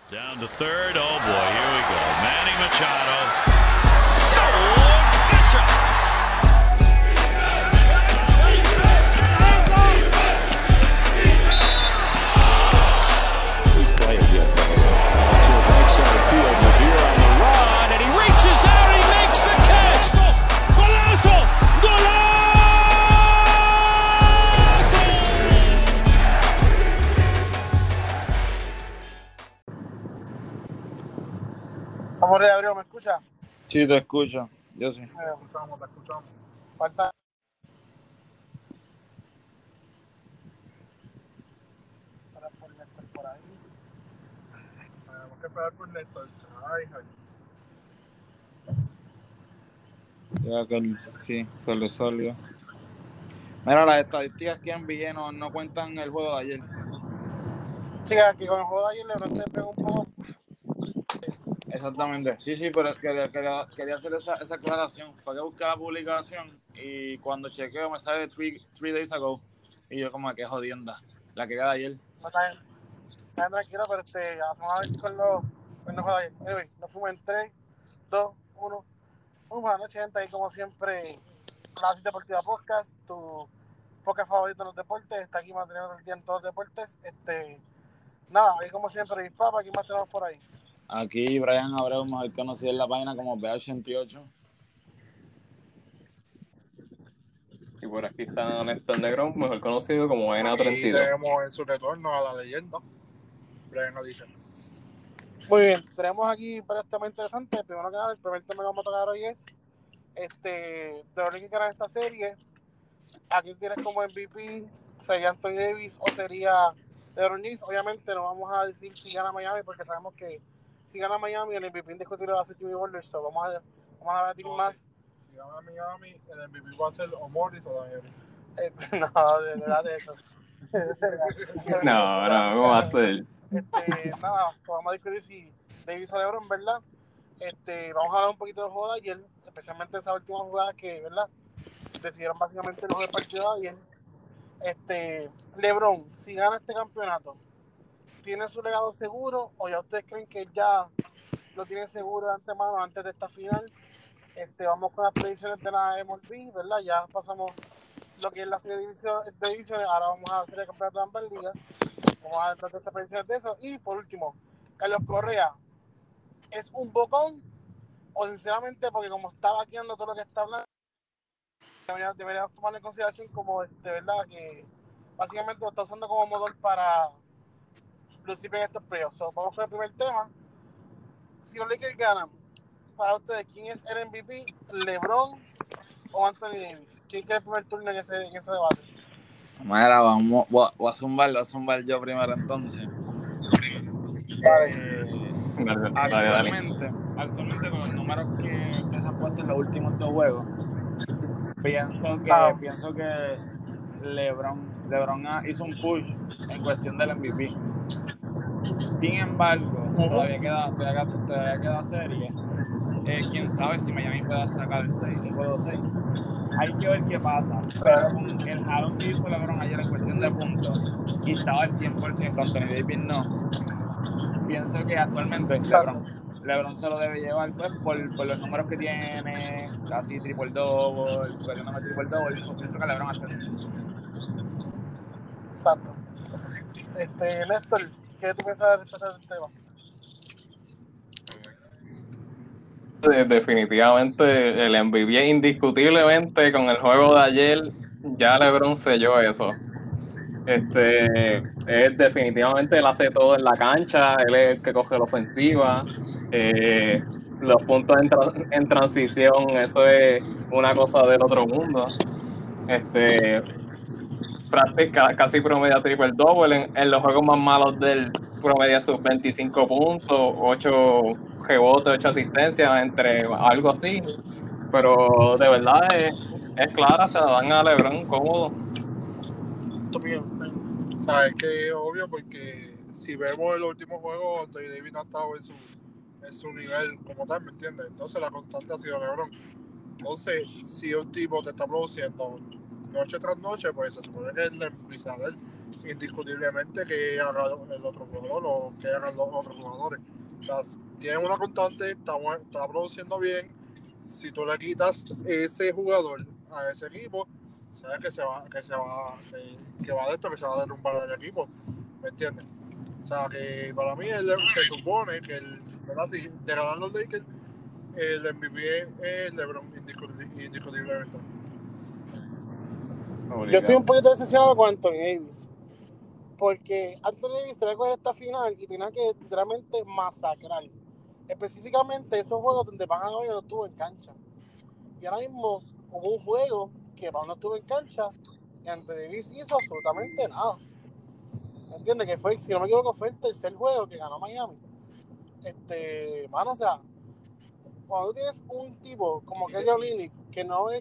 Down to third. Oh boy, here we go. Manny Machado. Oh, gotcha. Vamos, Gabriel, ¿me escucha? Sí, te escucho. Yo sí. Te escuchamos. Falta. Esperar por Néstor por ahí. Tenemos que esperar por Néstor. Ay. Ya que le salió. Mira, las estadísticas que envié no cuentan el juego de ayer. Sí, aquí con el juego de ayer LeBron se pegó un poco. Exactamente. Sí, pero quería hacer esa aclaración. Fue que busqué la publicación y cuando chequeo me sale 3 days ago. Y yo como que jodienda. La que queda ayer. No está bien tranquilo, pero vamos a ver si con los juegos de ayer. Anyway, nos fuimos en 3, 2, 1. Muy buenas noches, gente. Ahí como siempre, Clase Deportiva Podcast, tu podcast favorito en los deportes. Está aquí manteniendo el día en todos los deportes. Nada, ahí como siempre, mis papas, ¿quién más tenemos por ahí? Aquí Brian Abreu, mejor conocido en la página como BA88. Y por aquí está Néstor Negrón, mejor conocido como NA32. Aquí tenemos en su retorno a la leyenda. Brian nos dice. Muy bien, tenemos aquí varios temas interesantes. Primero que nada, el primer tema que vamos a tocar hoy es de los que ganan esta serie. ¿A quién tienes como MVP? ¿Sería Anthony Davis o sería LeBron James? Obviamente no vamos a decir si gana Miami, porque sabemos que si gana Miami, el MVP indiscutible va a ser Jimmy Butler. So vamos a debatir más. Si gana Miami, el MVP va a ser o Morris o Daniel. No, de verdad de eso. No, ¿cómo va a ser? Nada, vamos a discutir si Davis o LeBron, ¿verdad? Vamos a hablar un poquito de juego de ayer, especialmente esa última jugada que, ¿verdad? Decidieron básicamente el juego de partido de ayer. LeBron, si gana este campeonato, ¿tiene su legado seguro o ya ustedes creen que ya lo tiene seguro de antemano antes de esta final? Vamos con las predicciones de la MLB, ¿verdad? Ya pasamos lo que es la serie de divisiones, ahora vamos a hacer el campeonato de ambas ligas. Vamos a tratar estas predicciones de eso. Y por último, Carlos Correa, ¿es un bocón? O sinceramente, porque como está vaqueando todo lo que está hablando, deberíamos tomarlo en consideración como verdad que básicamente lo está usando como motor para lucir en estos playoffs. So, vamos con el primer tema. Si los Lakers ganan, para ustedes, ¿quién es el MVP? ¿LeBron o Anthony Davis? ¿Quién quiere el primer turno en ese debate? Mira, voy a zumbar yo primero entonces. Actualmente con los números que se han puesto en los últimos dos juegos, pienso que LeBron hizo un push en cuestión del MVP. Sin embargo, todavía queda serie. Quién sabe si Miami pueda sacar el juego 6. Hay que ver qué pasa. Pero con el jalón que hizo LeBron ayer en cuestión de puntos y estaba al 100%, Anthony Davis no. Pienso que actualmente LeBron se lo debe llevar pues, por los números que tiene, casi triple-double, pienso que LeBron hace eso. Exacto. Néstor, ¿qué tú piensas respecto del tema? Definitivamente el MVP indiscutiblemente con el juego de ayer ya LeBron selló eso. Definitivamente él hace todo en la cancha, él es el que coge la ofensiva, los puntos en transición, eso es una cosa del otro mundo. Práctica casi promedia triple double en los juegos más malos del promedia sus 25 puntos, 8 rebotes, 8 asistencias, entre algo así, pero de verdad es clara, se la dan a LeBron cómodo. Sabes que es obvio porque si vemos el último juego, Anthony Davis no ha estado en su nivel como tal, ¿me entiendes? Entonces la constante ha sido LeBron. Entonces, si un tipo te está produciendo noche tras noche, pues se supone que es la empresa de él. indiscutiblemente que haga el otro jugador o que hagan los otros jugadores. O sea, tienen una constante, está produciendo bien. Si tú le quitas ese jugador a ese equipo, sabes que va de esto, que se va a derrumbar el equipo, ¿me entiendes? O sea, que para mí se supone que ¿verdad? Si de ganar los Lakers, el MVP es LeBron, indiscutiblemente. Yo estoy un poquito decepcionado con Anthony Davis, porque Anthony Davis tenía que coger esta final y tenía que literalmente masacrar, específicamente esos juegos donde Van Adebayo no estuvo en cancha. Y ahora mismo hubo un juego que Van no estuvo en cancha y Anthony Davis hizo absolutamente nada. ¿Me entiendes? Que fue, si no me equivoco, fue el tercer juego que ganó Miami. Mano, o sea, cuando tú tienes un tipo como Kelly Olynyk, que no mide,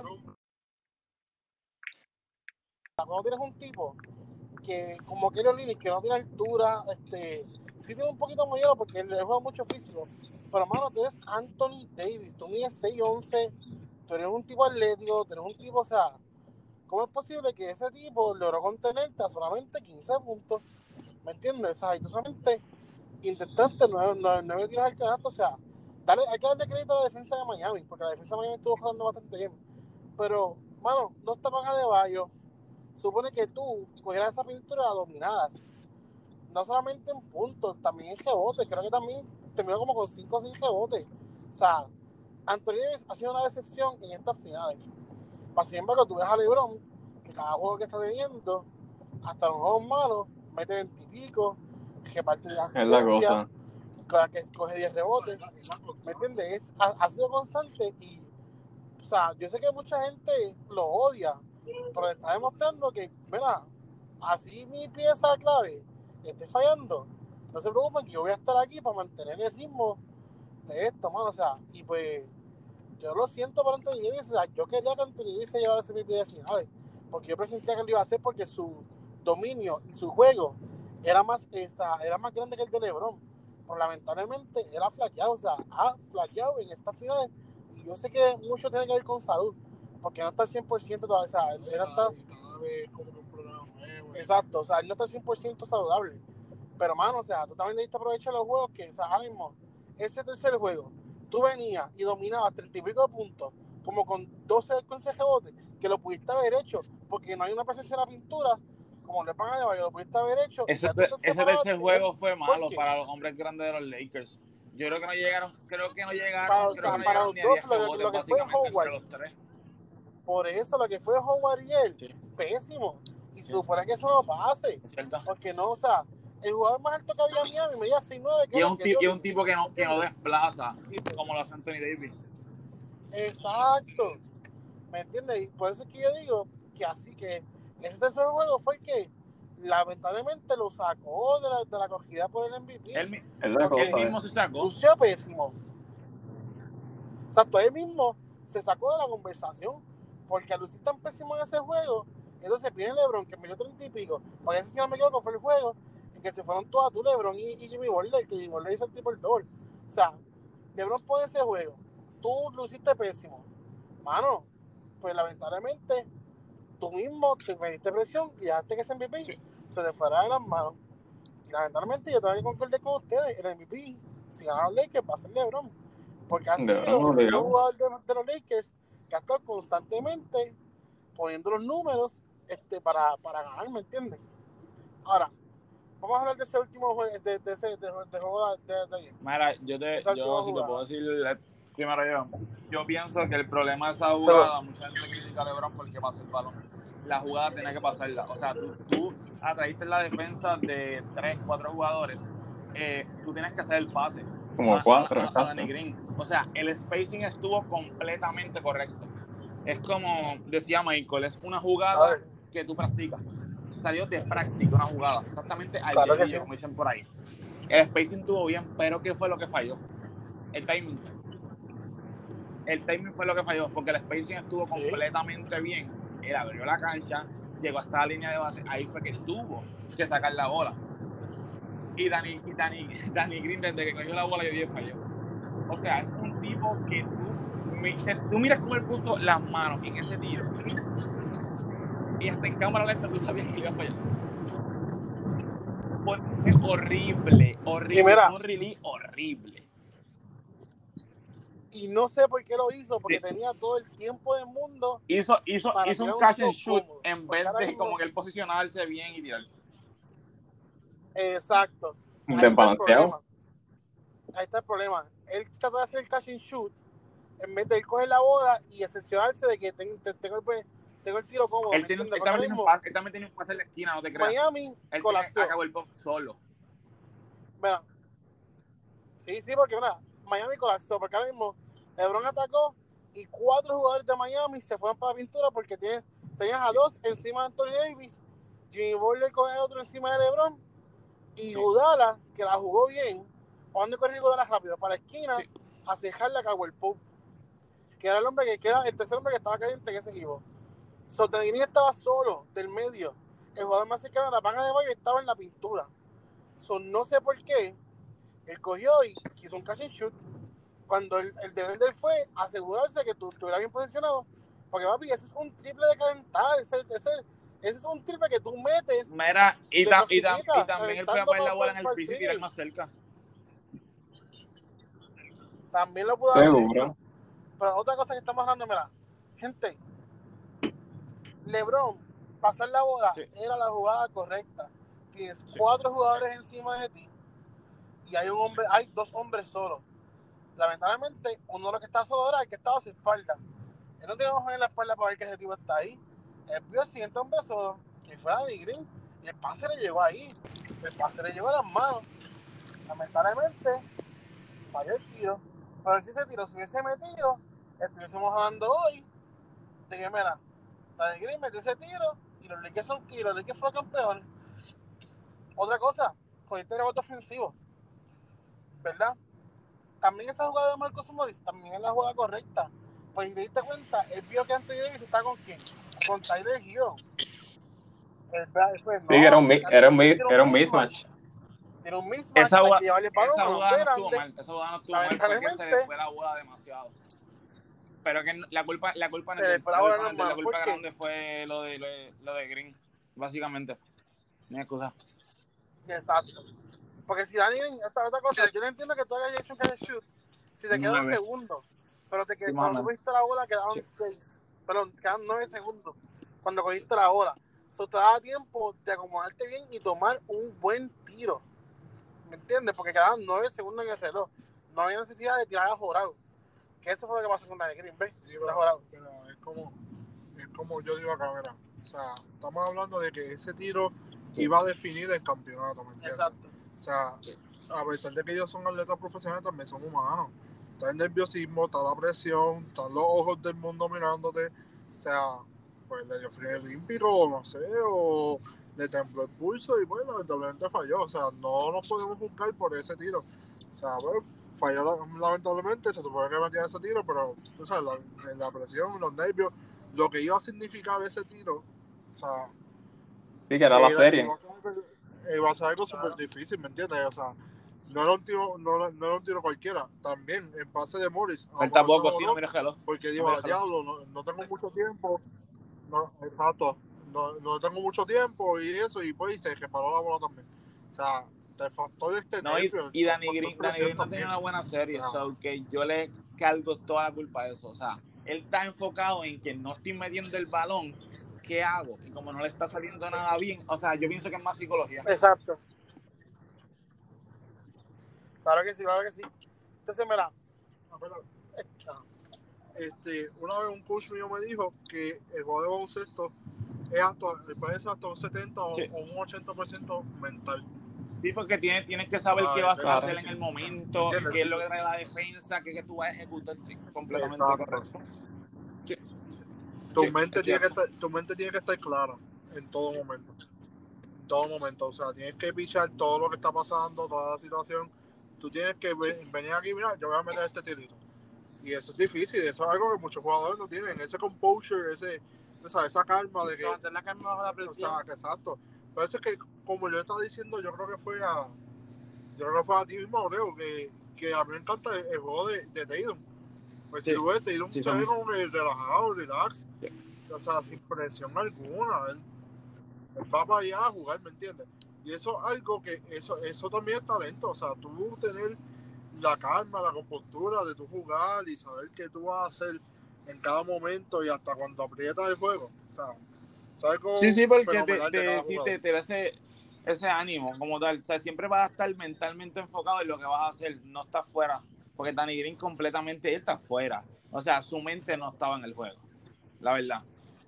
cuando tienes un tipo que como Kelly Olynyk, que no tiene altura, sí tiene un poquito mayor porque él juega mucho físico, pero mano, tú eres Anthony Davis, tú mides 6'11", tú eres un tipo atlético, tú eres un tipo, o sea, ¿cómo es posible que ese tipo logró contenerte a solamente 15 puntos? ¿Me entiendes? O sea, y tú solamente intentaste 9 tiros al canasto, o sea, hay que darle crédito a la defensa de Miami, porque la defensa de Miami estuvo jugando bastante bien, pero, mano, no está Van Adebayo. Supone que tú cogieras esa pintura y la dominaras, no solamente en puntos, también en rebotes. Creo que también terminó como con 5 o 6 rebotes. O sea, Anthony Davis ha sido una decepción en estas finales. Sin embargo, tú ves a LeBron, que cada juego que está teniendo, hasta los juegos malos, mete 20 y pico, que parte de la asistencia, que coge 10 rebotes. ¿Me entiendes? Ha sido constante y, o sea, yo sé que mucha gente lo odia, pero está demostrando que, mira, así mi pieza clave esté fallando, no se preocupen que yo voy a estar aquí para mantener el ritmo de esto, mano. O sea, y pues yo lo siento por Anthony Davis. O sea, yo quería que Anthony Davis se llevara ese MVP de finales, porque yo presentía que lo iba a hacer porque su dominio y su juego era más grande que el de LeBron, pero lamentablemente era flaqueado. O sea, ha flaqueado en estas finales, y yo sé que mucho tiene que ver con salud, porque no está al 100% todavía. O sea, él está como que un problema nuevo. Exacto, o sea, él no está al 100% saludable. Pero, mano, o sea, tú también debiste aprovechar los juegos que, o sea, ahora mismo, ese tercer juego, tú venías y dominabas 30 y pico de puntos, como con 12 rebotes, que lo pudiste haber hecho, porque no hay una presencia en la pintura, como le van a llevar, lo pudiste haber hecho. Ese tercer juego fue malo para los hombres grandes de los Lakers. Yo creo que no llegaron ni a 10 rebotes básicamente entre los tres. Por eso lo que fue Howard y él, sí, pésimo. Y se supone que eso no pase. Porque no, o sea, el jugador más alto que había en Miami medía 6'9". Y es un tipo que no desplaza como lo hace Anthony Davis. Exacto. ¿Me entiendes? Y por eso es que yo digo que así que ese tercer juego fue el que lamentablemente lo sacó de la cogida por el MVP. Él mismo se sacó. Lució pésimo. Exacto, él mismo se sacó de la conversación, porque al lucir tan pésimo en ese juego, entonces viene LeBron, que metió 30 y pico, porque ese, si no me equivoco, fue el juego en que se fueron todas tú, LeBron y Jimmy Butler, que Jimmy Butler hizo el triple double. O sea, LeBron pone ese juego, tú luciste pésimo, mano, pues lamentablemente tú mismo te metiste presión y dejaste que ese MVP se te fuera de las manos. Y lamentablemente yo tengo que concordar con ustedes, el MVP, si ganan los Lakers, va a ser LeBron, porque ha sido el jugador de los Lakers que ha estado constantemente poniendo los números para ganar, ¿me entiendes? Ahora, vamos a hablar de ese último juego de ayer. Mira, yo si te puedo decir primero, yo pienso que el problema de esa jugada, mucha gente critica a LeBron porque pasa el balón. La jugada tiene que pasarla. O sea, tú atraíste la defensa de 3, 4 jugadores. Tú tienes que hacer el pase. Como 4, a Danny Green. O sea, el spacing estuvo completamente correcto. Es como decía Michael, es una jugada que tú practicas. Salió de práctica una jugada, exactamente al día, como dicen por ahí. El spacing estuvo bien, pero ¿qué fue lo que falló? El timing. El timing fue lo que falló, porque el spacing estuvo completamente bien. Él abrió la cancha, llegó hasta la línea de base, ahí fue que tuvo que sacar la bola. Y Danny Green, desde que cogió la bola, yo dije falló. O sea, es un tipo que tú miras cómo él puso las manos en ese tiro. Y hasta en cámara lenta tú sabías que iba a fallar. fue horrible. Y mira, fue un release horrible. Y no sé por qué lo hizo, porque tenía todo el tiempo del mundo. Hizo para un tirar catch and shot shoot cómodo, en porque vez ahora de mismo- como que él posicionarse bien y tirar. Exacto. Ahí está el Desbalanceado. problema. Ahí está el problema. Él trató de hacer el catch and shoot en vez de él coger la bola y excepcionarse de que tengo el tiro cómodo. Él ¿Me entiendes? Porque también ahora tiene un pase en la esquina, no te mismo creas. Miami Él colapsó. acabó el pop solo. Mira, sí, porque mira, Miami colapsó, porque ahora mismo LeBron atacó y 4 jugadores de Miami se fueron para la pintura porque tenías a 2 encima de Anthony Davis, Jimmy Butler con el otro encima de LeBron y Udala, que la jugó bien, cuando corrió Udala rápido para la esquina a cejarle a Caldwell Pope, que era el tercer hombre que estaba caliente en ese equipo. Sotenini estaba solo del medio, el jugador más cercano a la pana de Bayo estaba en la pintura. No sé por qué él cogió y quiso un catch and shoot cuando el deber de él fue asegurarse que tú estuvieras bien posicionado, porque papi, ese es un triple de calentar, ese es un triple que tú metes. Mira, y también él fue a poner la bola en el para piso y tirar más cerca. También lo pudo haber Seguro. hecho. Pero otra cosa que estamos hablando, mira, gente, LeBron, pasar la bola era la jugada correcta. Tienes 4 jugadores encima de ti y hay 2 hombres solos. Lamentablemente, uno de los que está solo ahora es el que estaba a su espalda. Él no tiene ojos en la espalda para ver que ese tipo está ahí. Él vio al siguiente hombre solo, que fue Danny Green, y el pase le llegó ahí. El pase le llegó a las manos. Lamentablemente, falló el tiro. Pero si ese tiro se hubiese metido, estuviésemos hablando hoy de que, mira, Danny Green metió ese tiro y los Lakers fueron campeones. Otra cosa, cogiste el rebote ofensivo, ¿verdad? También esa jugada de Marcus Morris también es la jugada correcta. Pues si te diste cuenta, él vio que Anthony Davis está con quién, con Tyler Hero. Sí, era un mismatch. Tiene un mismatch. Esa jugada no estuvo mal porque se le fue la bola demasiado. Pero que la culpa no es la culpa grande fue lo de Green, básicamente. No hay excusa. Exacto. Porque si Danny Green, otra cosa, yo no entiendo que tú hagas Jason Catch and Shoot si te queda un segundo, pero cuando cogiste la bola quedaban 6. Perdón, quedaban 9 segundos cuando cogiste la bola. Eso te daba tiempo de acomodarte bien y tomar un buen tiro. ¿Me entiendes? Porque quedaban 9 segundos en el reloj. No había necesidad de tirar a Jorado. Que eso fue lo que pasó con Danny Green, ¿ves? Sí, pero es como yo digo acá, mira. O sea, estamos hablando de que ese tiro iba a definir el campeonato, ¿me entiendes? Exacto. O sea, a pesar de que ellos son atletas profesionales, también son humanos. Está el nerviosismo, está la presión, están los ojos del mundo mirándote. O sea, pues le dio frío olímpico, o no sé, o le tembló el pulso y pues lamentablemente falló. O sea, no nos podemos juzgar por ese tiro. O sea, pues, falló lamentablemente, se supone que metía ese tiro, pero o sea, la presión, los nervios, lo que iba a significar ese tiro, o sea, sí, que era la serie. Iba a ser algo súper difícil, ¿me entiendes? O sea, no era un tiro cualquiera. También en pase de Morris. Él tampoco, sí, no mira el reloj. Porque digo, diablo, no tengo mucho tiempo. No, exacto. No tengo mucho tiempo y eso, y pues se reparó la bola también. O sea, te faltó nervio. Y Danny Green no tenía una buena serie, o sea, que yo le cargo toda la culpa de eso. O sea, él está enfocado en que no estoy metiendo el balón, ¿qué hago? Y como no le está saliendo nada bien, o sea, yo pienso que es más psicología. Exacto. Claro que sí. Entonces, mira, una vez un coach mío me dijo que el juego de baloncesto puede ser hasta un 70 o un 80% mental. Sí, porque tienes que saber qué vas a hacer en el momento, qué es lo que trae la defensa, qué tú vas a ejecutar completamente correcto. Sí. Tu mente tiene que estar clara en todo momento. En todo momento. O sea, tienes que pichar todo lo que está pasando, toda la situación. Tú tienes que venir aquí, mira, yo voy a meter este tirito. Y eso es difícil, eso es algo que muchos jugadores no tienen. Ese composure, esa calma de que. Mantener la calma bajo la presión. O sea, exacto. Pero eso es que, como yo estaba diciendo, yo creo que fue a ti mismo, Leo, que a mí me encanta el juego de Tatum. Pues si tú ves, Tatum se ve como relajado, relax. O sea, sin presión alguna. Él va para allá a jugar, ¿me entiendes? Y eso es algo que, eso también es talento. O sea, tú tener la calma, la compostura de tú jugar y saber qué tú vas a hacer en cada momento y hasta cuando aprietas el juego. O sea, es algo Sí, porque fenomenal de cada jugador. te da ese ánimo como tal. O sea, siempre vas a estar mentalmente enfocado en lo que vas a hacer, no estás fuera. Porque Danny Green completamente, él está fuera. O sea, su mente no estaba en el juego, la verdad.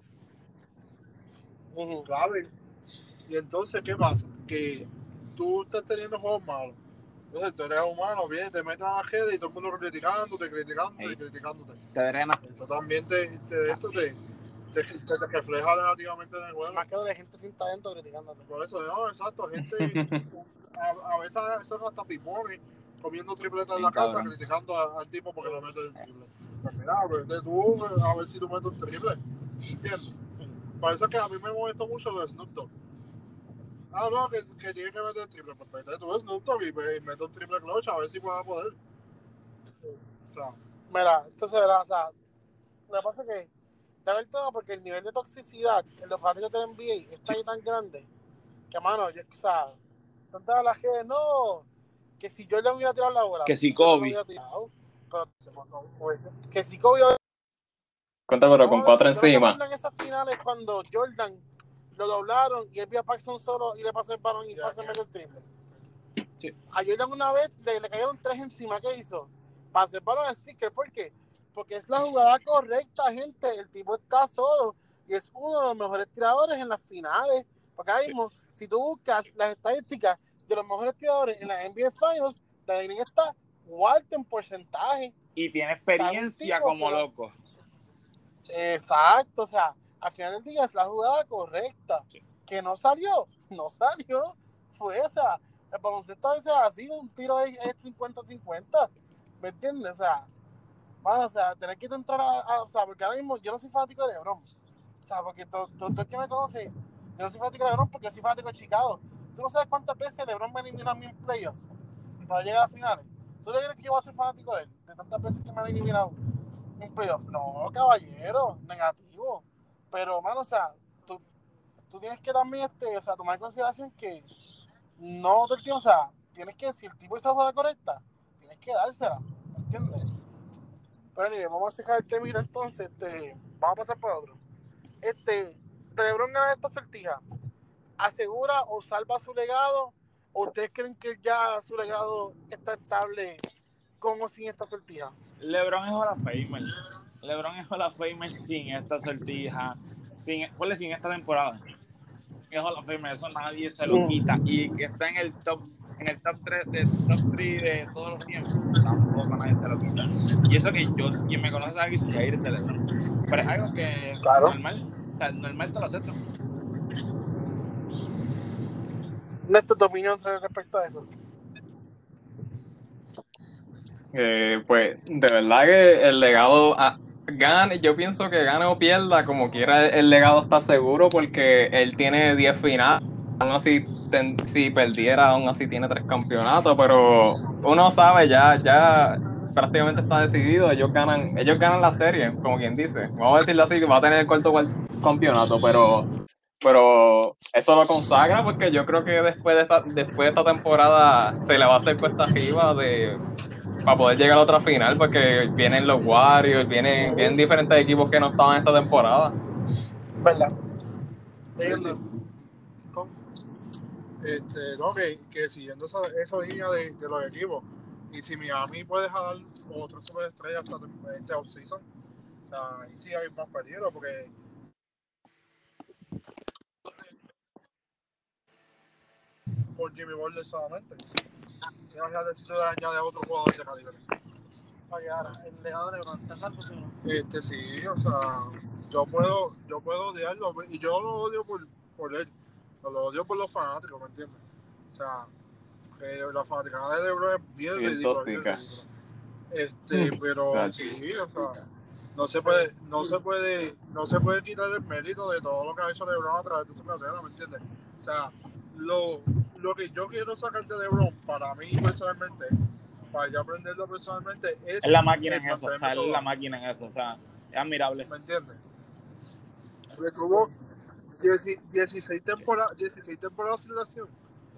Claro. Y entonces, ¿qué pasa? Que tú estás teniendo juegos malos. Entonces, tú eres humano, vienes, te metes a la red y todo el mundo criticándote. Te drena. Eso también te refleja negativamente en el juego. Más que la gente sienta adentro criticándote. Por eso, no, exacto. Gente, a veces son hasta pipones comiendo tripletas en la casa, cabrón, criticando al tipo porque no mete el triple. Pues mira, tú, a ver si tú metes un triple. ¿Entiendes? Por eso es que a mí me molestó mucho lo de Snoop Dogg. No, que tiene que meter el triple. Pues mete tú Snoop Dogg y mete un triple clutch a ver si pueda poder. O sea, mira, entonces, ¿verdad? O sea, lo que pasa es que te el tema porque el nivel de toxicidad en los fanáticos del NBA está ahí tan grande que, mano, yo, o sea, tanta la gente, no, que si yo le hubiera tirado la bola, que si yo no Kobe. lo hubiera tirado, pero pues, que si Kobe. Cuéntame, pero con 4 encima. ¿No en esas finales cuando Jordan lo doblaron y él vio a Paxson solo y le pasó el balón y Paxson metió el triple? Sí. A Jordan una vez le cayeron 3 encima. ¿Qué hizo? Pasó el balón a Sticker. ¿Por qué? Porque es la jugada correcta, gente. El tipo está solo y es uno de los mejores tiradores en las finales. Porque ahora mismo, si tú buscas las estadísticas de los mejores tiradores en la NBA Finals, Danny Green está cuarto en porcentaje. Y tiene experiencia como loco. Exacto, o sea, al final del día es la jugada correcta. Sí. Que no salió, fue esa. El baloncesto a veces así, un tiro es 50-50, ¿me entiendes? O sea, bueno, o sea, tener que entrar o sea, porque ahora mismo yo no soy fanático de LeBron. O sea, porque todo el que me conoce, yo no soy fanático de LeBron porque yo soy fanático de Chicago. Tú no sabes cuántas veces LeBron me eliminó a mí en playoffs para llegar a finales. ¿Tú te crees que yo voy a ser fanático de él? De tantas veces que me han eliminado en playoff. No, caballero, negativo. Pero, mano, o sea, tú tienes que también o sea, tomar en consideración que no todo el tiempo, o sea, tienes que, si el tipo hizo la jugada correcta, tienes que dársela, ¿me entiendes? Pero mire, vamos a dejar el tema entonces, vamos a pasar por otro. LeBron gana esta sortija, ¿asegura o salva su legado? ¿O ustedes creen que ya su legado está estable con o sin esta sortija? LeBron es Hall of Famer. LeBron es Hall of Famer sin esta sortija, sin esta temporada. Es Hall of Famer, eso nadie se lo quita. Y que está en el top 3 de todos los tiempos, tampoco nadie se lo quita. Y eso que quien me conoce sabe que soy hater de LeBron. Pero es algo que claro. normal, o sea, normal te lo acepto. Néstor, tu opinión respecto a eso. Pues de verdad que el legado gane, yo pienso que gane o pierda, como quiera el legado está seguro porque él tiene 10 finales, aún así si perdiera aún así tiene 3 campeonatos, pero uno sabe ya prácticamente está decidido, ellos ganan la serie, como quien dice, vamos a decirlo así, que va a tener el cuarto campeonato, pero eso lo consagra porque yo creo que después de esta temporada se le va a hacer cuesta arriba para poder llegar a otra final, porque vienen los Warriors, vienen diferentes equipos que no estaban esta temporada. ¿Verdad? No, que siguiendo esa línea de los equipos, y si Miami puede jalar otra superestrella hasta este offseason, o sea, ahí sí hay más peligro, porque por Jimmy Butler solamente. Ya se añade a otro jugador de calibre. Oye, ahora, el legado de LeBron, ¿está salvo sí? Sí, o sea, yo puedo odiarlo, y yo lo odio por él, lo odio por los fanáticos, ¿me entiendes? O sea, que la fanaticada de LeBron es bien ridícula. Pero sí, o sea, no se puede quitar el mérito de todo lo que ha hecho LeBron a través de su carrera, ¿me entiendes? O sea, lo que yo quiero sacar de LeBron, para mí personalmente, para yo aprenderlo personalmente, es la máquina en eso, o sea, es la máquina en eso, o sea, es admirable. ¿Me entiendes? Le tuvo 16 temporadas sin lesión.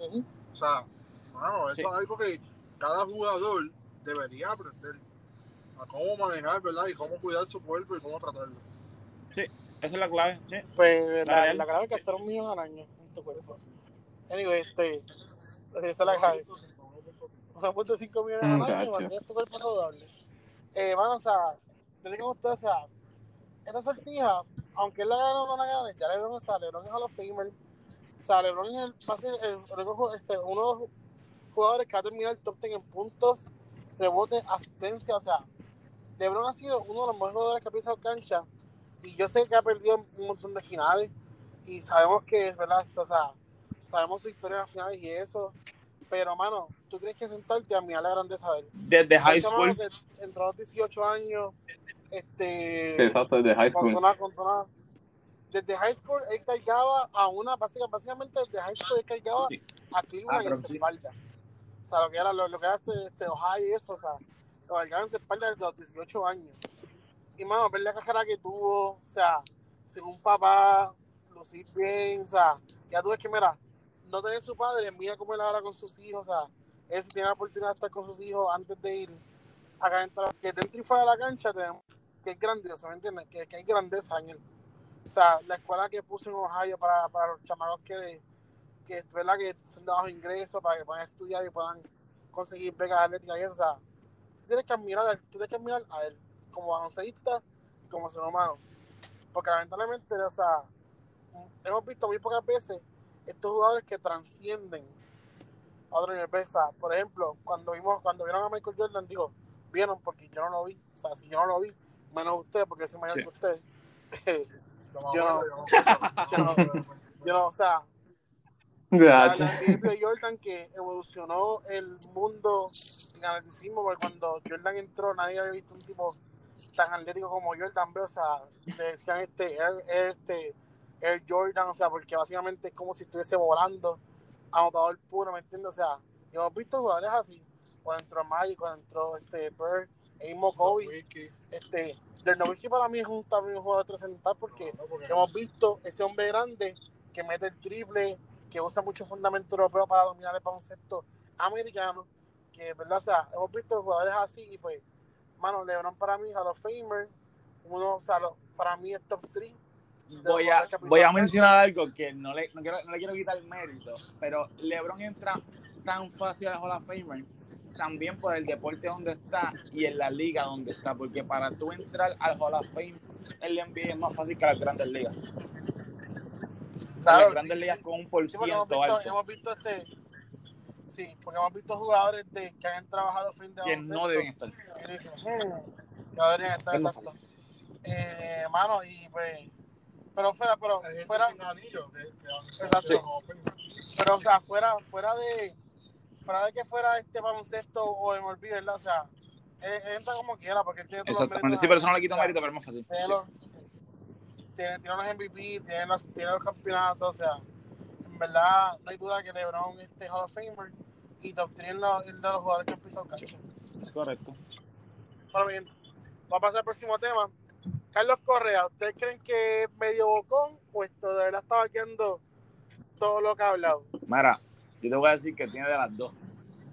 O sea, mano, eso Sí. es algo que cada jugador debería aprender a cómo manejar, ¿verdad? Y cómo cuidar su cuerpo y cómo tratarlo. Sí, esa es la clave. Sí. Pues La real. la clave es gastar $1 millón al año en tu cuerpo. Anyway, esa es la clave. 1.5 millones al año, Muchacho. mantener tu cuerpo saludable. Mano, o sea, yo digo a ustedes, o sea, esta sortija, aunque él la gane o no la gane, ya LeBron es Hall of Famer. O sea, LeBron va a ser uno de los jugadores que va a terminar el top 10 en puntos, rebotes, asistencia. O sea, LeBron ha sido uno de los mejores jugadores que ha pisado cancha. Y yo sé que ha perdido un montón de finales. Y sabemos que es verdad, o sea, sabemos su historia en las finales y eso. Pero, mano, tú tienes que sentarte a mirar la grandeza de él. Desde Un high chamaco school. que entró a los 18 años, Sí, exacto, desde high school. desde high school él cargaba básicamente desde high school él cargaba Sí. a Cleveland en su sí. espalda. O sea, lo que era Ohio y eso, o sea, lo cargaba en su espalda desde los 18 años. Y, mano, ver la carrera que tuvo, o sea, sin un papá, lucir bien, o sea, ya tú ves que, mira, no tener su padre, mira cómo él ahora con sus hijos, o sea, él si tiene la oportunidad de estar con sus hijos antes de ir a calentar, que dentro y fuera de la cancha, que es grandioso, ¿me entiendes? Que hay grandeza en él. O sea, la escuela que puso en Ohio para los chamacos que ¿verdad? Que son de bajo ingreso, para que puedan estudiar y puedan conseguir becas atléticas y eso, o sea, tú tienes que admirar a él como baloncelista y como ser humano. Porque lamentablemente, o sea, hemos visto muy pocas veces estos jugadores que trascienden a otro nivel. O sea, por ejemplo, cuando vieron a Michael Jordan, vieron porque yo no lo vi. O sea, si yo no lo vi, menos usted, porque soy mayor que usted. Yo no, o sea, la NBA de Jordan que evolucionó el mundo en atleticismo, porque cuando Jordan entró nadie había visto un tipo tan atlético como Jordan, o sea, le decían Air Jordan, o sea, porque básicamente es como si estuviese volando, anotador puro, ¿me entiendes? O sea, hemos visto jugadores así, cuando entró Magic, cuando entró Bird, Amo Kobe, Dirk Nowitzki para mí es también un jugador trascendental porque hemos visto ese hombre grande que mete el triple, que usa mucho fundamento europeo para dominar el baloncesto americano, que, ¿verdad? O sea, hemos visto jugadores así y pues, mano, LeBron para mí, Hall of Famer, o sea, para mí es top 3. Voy a mencionar algo que no le quiero quitar el mérito, pero LeBron entra tan fácil al Hall of Famer también por el deporte donde está y en la liga donde está, porque para tú entrar al Hall of Fame el NBA es más fácil que las grandes ligas. Claro, las grandes ligas con un por ciento alto. Porque hemos visto jugadores que han trabajado fin de que no deben estar. Y dicen, que deberían estar, exacto. Mano, y pues, pero fuera sin anillo, exacto. Sí. Pero, o sea, fuera de que fuera este baloncesto o MLB, ¿verdad? O sea, entra como quiera, porque él tiene todos los méritos. Exactamente, sí, pero eso no le quito mérito, pero es más fácil. Tiene los MVP, tiene los campeonatos, o sea, en verdad no hay duda que LeBron es Hall of Famer y top 3 de los jugadores que han pisado cancha. Es correcto. Bueno, bien, vamos a pasar al próximo tema. Carlos Correa, ¿ustedes creen que es medio bocón o esto de verdad está vaqueando todo lo que ha hablado? Mira, yo te voy a decir que tiene de las dos.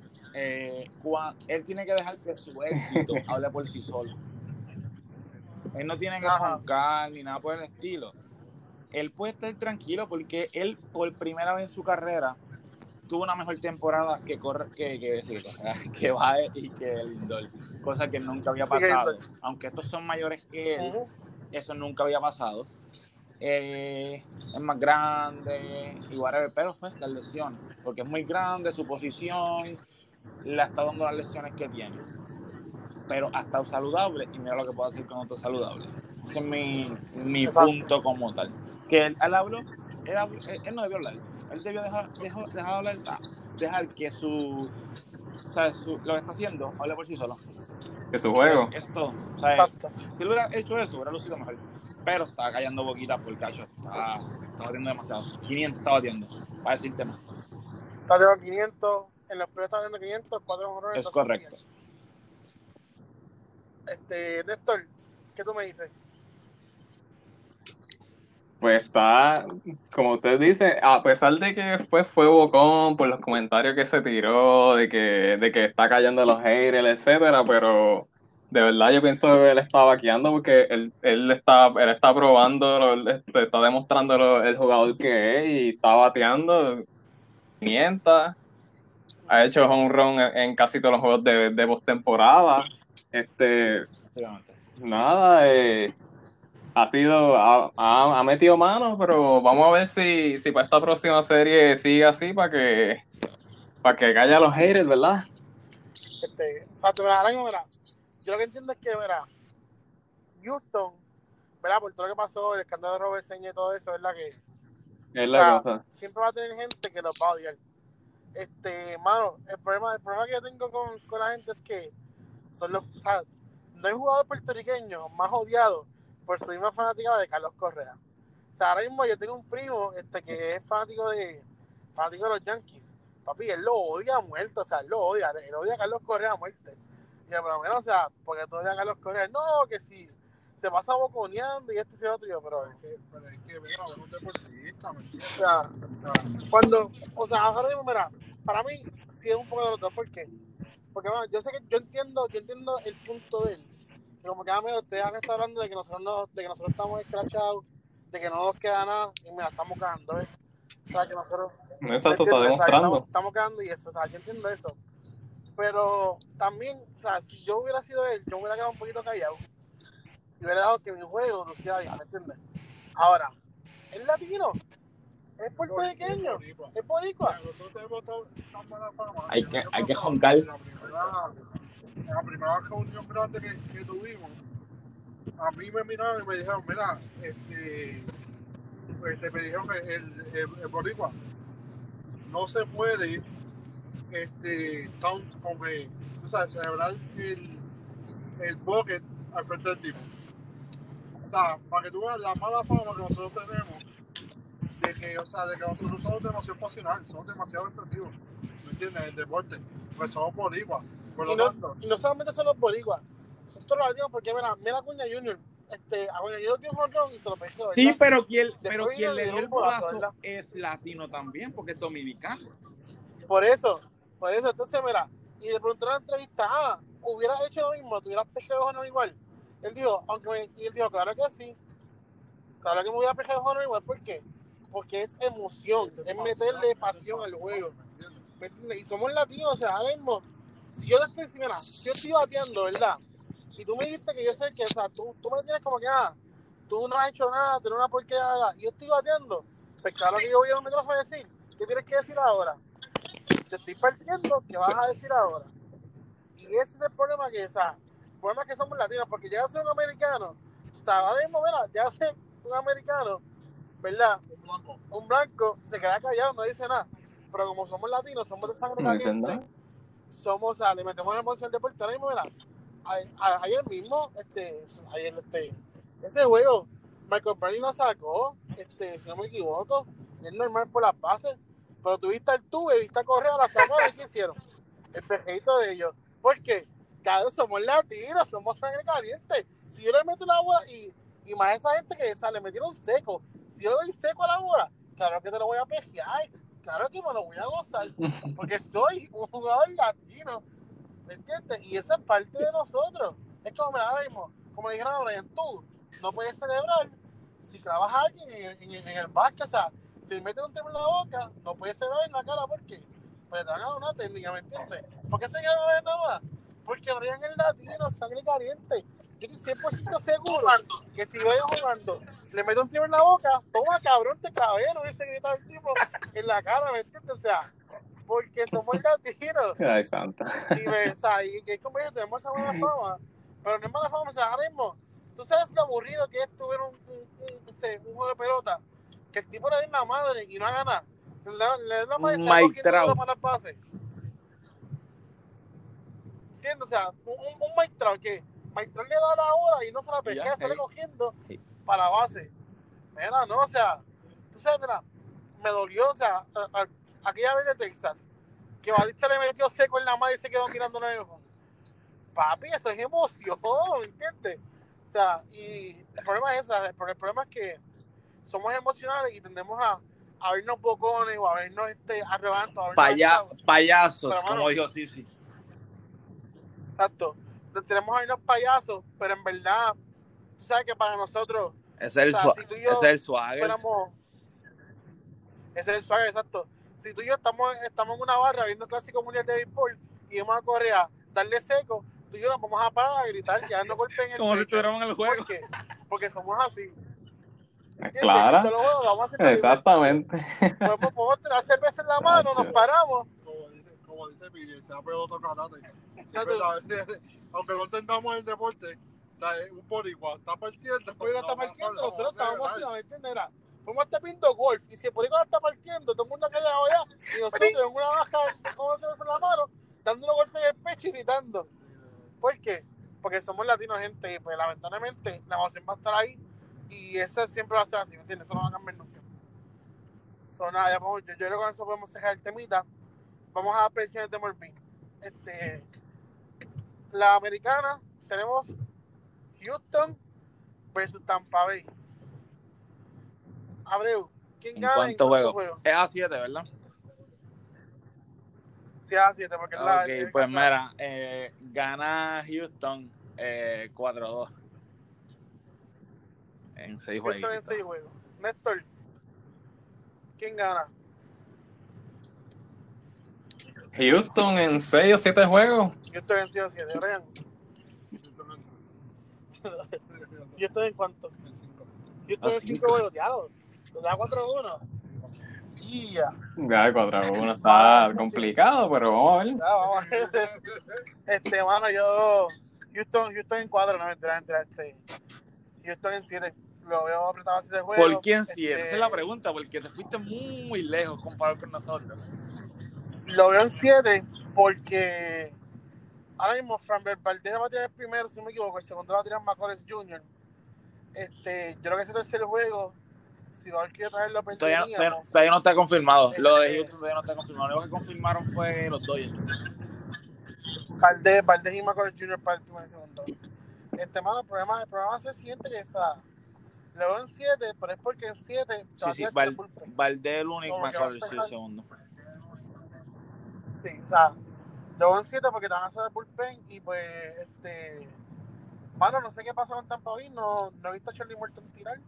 Él tiene que dejar que su éxito hable por sí solo. Él no tiene que roncar ni nada por el estilo. Él puede estar tranquilo porque él por primera vez en su carrera tuvo una mejor temporada que Baez y que Lindor, cosa que nunca había pasado. Aunque estos son mayores que él, eso nunca había pasado. Es más grande y whatever, pero pues las lesiones, porque es muy grande, su posición le está dando las lesiones que tiene, pero ha estado saludable y mira lo que puedo hacer con otro saludable. Ese es mi punto como tal, que él habló, él no debió hablar, él debió dejar hablar, dejar que lo que está haciendo hable por sí solo, que su juego es todo. O sea, si él hubiera hecho eso hubiera lucido mejor, pero está callando boquita por cacho, está batiendo demasiado. 500 está batiendo, para decirte más. Está batiendo 500, en los primeros está batiendo 500, 4 honrones. Es correcto. Néstor, ¿qué tú me dices? Pues está, como usted dice, a pesar de que después fue bocón por los comentarios que se tiró, de que está callando a los haters, etcétera, pero de verdad yo pienso que él está vaqueando porque él está probando, está demostrando el jugador que es y está bateando, mienta, ha hecho home run en casi todos los juegos de postemporada. Efectivamente. Nada, ha metido mano, pero vamos a ver si para esta próxima serie sigue así para que calle a los haters, ¿verdad? Exacto, mira, ahora mismo, mira, yo lo que entiendo es que, mira, Houston, ¿verdad? Por todo lo que pasó, el escándalo de Robert Seña y todo eso, ¿verdad? Que, Es o la sea, cosa. siempre va a tener gente que los va a odiar. Mano, el problema que yo tengo con la gente es que son los, o sea, no hay jugador puertorriqueño más odiado por su misma fanática de Carlos Correa. O sea, ahora mismo yo tengo un primo que es fanático de los Yankees. Papi, él lo odia a muerte, o sea, él odia a Carlos Correa a muerte. Y por lo menos, o sea, porque tú odias a Carlos Correa, no, que si se pasa boconeando y y otro, yo, pero Es que mira, es un deportista, ¿me entiendes? o sea, ahora mismo, mira, para mí sí es un poco de los dos, ¿por qué? Porque bueno, yo entiendo el punto de él. Pero como que mira, ustedes han estado hablando de que nosotros estamos escrachados, de que no nos queda nada, y mira, estamos cagando, ¿ves? O sea, que nosotros Exacto, está demostrando. estamos cagando y eso, o sea, yo entiendo eso. Pero también, o sea, si yo hubiera sido él, yo me hubiera quedado un poquito callado y hubiera dejado que mi juego luciera bien, ¿me entiendes? Ahora, ¿es latino? ¿Es puertorriqueño? ¿Es boricua? Nosotros tenemos tan mala fama. Hay que juntar. La primera reunión grande que tuvimos, a mí me miraron y me dijeron, mira, me dijeron que el boricua no se puede tú sabes, celebrar el bucket al frente del tipo. O sea, para que tú veas la mala fama que nosotros tenemos de que nosotros somos demasiado pasionales, somos demasiado expresivos, ¿me entiendes? El deporte, pues somos boricuas. Y no solamente son los boricuas, son todos los latinos, porque mira Acuña Junior, Acuña Junior tiene un jonrón y se lo pescó, ¿verdad? Sí, pero quien Después le dio el bolazo, bolazo ¿verdad? es latino también, porque es dominicano. Por eso, entonces mira, y le pregunté en la entrevista, ¿hubieras hecho lo mismo? ¿Te hubieras pescado jonrón igual? Él dijo, claro que sí, claro que me hubiera pescado jonrón igual, ¿por qué? Porque es emoción, es meterle pasión al juego, ¿me entiendes? Y somos latinos, o sea, ahora mismo, si yo estoy bateando, ¿verdad? Y tú me dijiste que yo sé que, o sea, tú me tienes como que, tú no has hecho nada, tú eres una porquería, ¿verdad? Y yo estoy bateando, pues claro que yo voy a un micrófono a decir, ¿qué tienes que decir ahora? Te estoy partiendo, ¿qué vas a decir ahora? Y ese es el problema el problema es que somos latinos, porque llega a ser un americano, o sea, ahora mismo, mira, llega a ser un americano, ¿verdad? Un blanco, se queda callado, no dice nada, pero como somos latinos, somos de sangre No dicen caliente, nada. o sea, le metemos emoción al deporte. Ahora mismo, mira, ayer mismo, ese juego, Michael Bradley lo sacó, si no me equivoco, y es normal por las bases, pero tuviste al tuve, viste a Correa, la sacaron, ¿y qué hicieron? El pejito de ellos. ¿Por qué? Cada somos latinos, somos sangre caliente. Si yo le meto la bola y más esa gente que le metieron seco, si yo le doy seco a la bola, claro que te lo voy a pejear, claro que me lo voy a gozar, porque soy un jugador latino, ¿me entiendes? Y eso es parte de nosotros. Es como, mira, ahora mismo, como le dijeron a Brian, tú no puedes celebrar si trabajas a alguien en el básquet, o sea, si le metes un tiro en la boca, no puedes celebrar en la cara, ¿por qué? Pues te van a dar una técnica, ¿me entiendes? ¿Por qué se quiere ver nada más? Porque Brian es latino, sangre caliente. Yo estoy 100% seguro que si Brian jugando le mete un tiro en la boca, toma cabrón, te clavé, no hubiese gritado el tipo en la cara, ¿me entiendes? O sea, porque somos latinos. Ay, santa. Y es como ellos tenemos esa mala fama, pero no es mala fama, o sea, ahora mismo, tú sabes lo aburrido que es tuviera un juego de pelota, que el tipo le dé una madre y no haga nada. Le da una madre y se va cogiendo para las bases. ¿Entiendes? O sea, un Maestral que Maestral le da la hora y no se la pejea, sale cogiendo para la base. Mira, no, o sea, tú sabes, mira, me dolió, o sea, aquella vez de Texas, que Batista le metió seco en la madre y se quedó mirando en el ojo. Papi, eso es emoción, ¿entiendes? O sea, y el problema es ese, el problema es que somos emocionales y tendemos a vernos bocones o a vernos arrogantes, a vernos payasos, pero, mano, como dijo Sisi. Exacto. Tenemos a vernos payasos, pero en verdad, tú sabes que para nosotros, Ese es el swagger. Ese es el swagger, exacto. Si tú y yo estamos en una barra viendo el Clásico Mundial de Béisbol y vamos a Correa, darle seco, tú y yo nos vamos a parar a gritar, ya no golpes en el como pecho. si estuviéramos en el juego. ¿Por qué? Porque somos así. Claro. Entonces, luego vamos a hacer Exactamente. podemos tener cerveza en la mano, nos paramos. Como dice Pille, sea peloto karate. Aunque no entendamos el deporte, un boricua está partiendo. Pues no está partiendo, nosotros estamos así, ¿me entiendes? Podemos estar viendo golf y si el boricua está partiendo, todo el mundo callado allá y nosotros en una baja con una cerveza en la mano, dándole golpe en el pecho y gritando. ¿Por qué? Porque somos latinos, gente, y pues lamentablemente la emoción va a estar ahí y eso siempre va a ser así, ¿me entiendes? Eso no va a cambiar nunca. Nada, yo creo que con eso podemos dejar el temita. Vamos a las predicciones de Morbi. La americana, tenemos Houston versus Tampa Bay. Abreu, ¿quién gana? ¿Cuántos juegos? Es A7, ¿verdad? Sí, A7, porque es la. Ok, pues mira, gana Houston 4-2 en 6 juegos. Houston en 6 juegos. Néstor, ¿quién gana? Houston en 6 o 7 juegos. Houston en 6 o 7, Ryan. ¿Houston en cuánto? Houston en 5 juegos, diablo. Nos da 4-1. Y ya. Ya, 4-1 está complicado, pero vamos a ver. Ya, vamos a ver. Mano, yo. Houston en 4, no mentira. Houston en 7. Lo veo apretado así de juego. ¿Por qué en 7? Esa es la pregunta, porque te fuiste muy lejos comparado con nosotros. Lo veo en 7 porque ahora mismo Framber Valdez va a tirar el primero, si no me equivoco, el segundo va a tirar McCullers Jr. Yo creo que ese tercer juego, si va a haber que traerlo, todavía no está confirmado. Lo de Houston todavía no está confirmado. Lo que confirmaron fue los Dodgers. Valdez y McCullers Jr. para el primer y segundo. Mano, el problema va a ser el siguiente, que lo veo en 7, pero es porque en 7 sí, Valdez el único, McCullers el segundo. Sí, o sea, lo veo en 7 porque te van a hacer el bullpen y pues, mano, no sé qué pasa con Tampa Bay, no he visto a Charlie Morton tirar.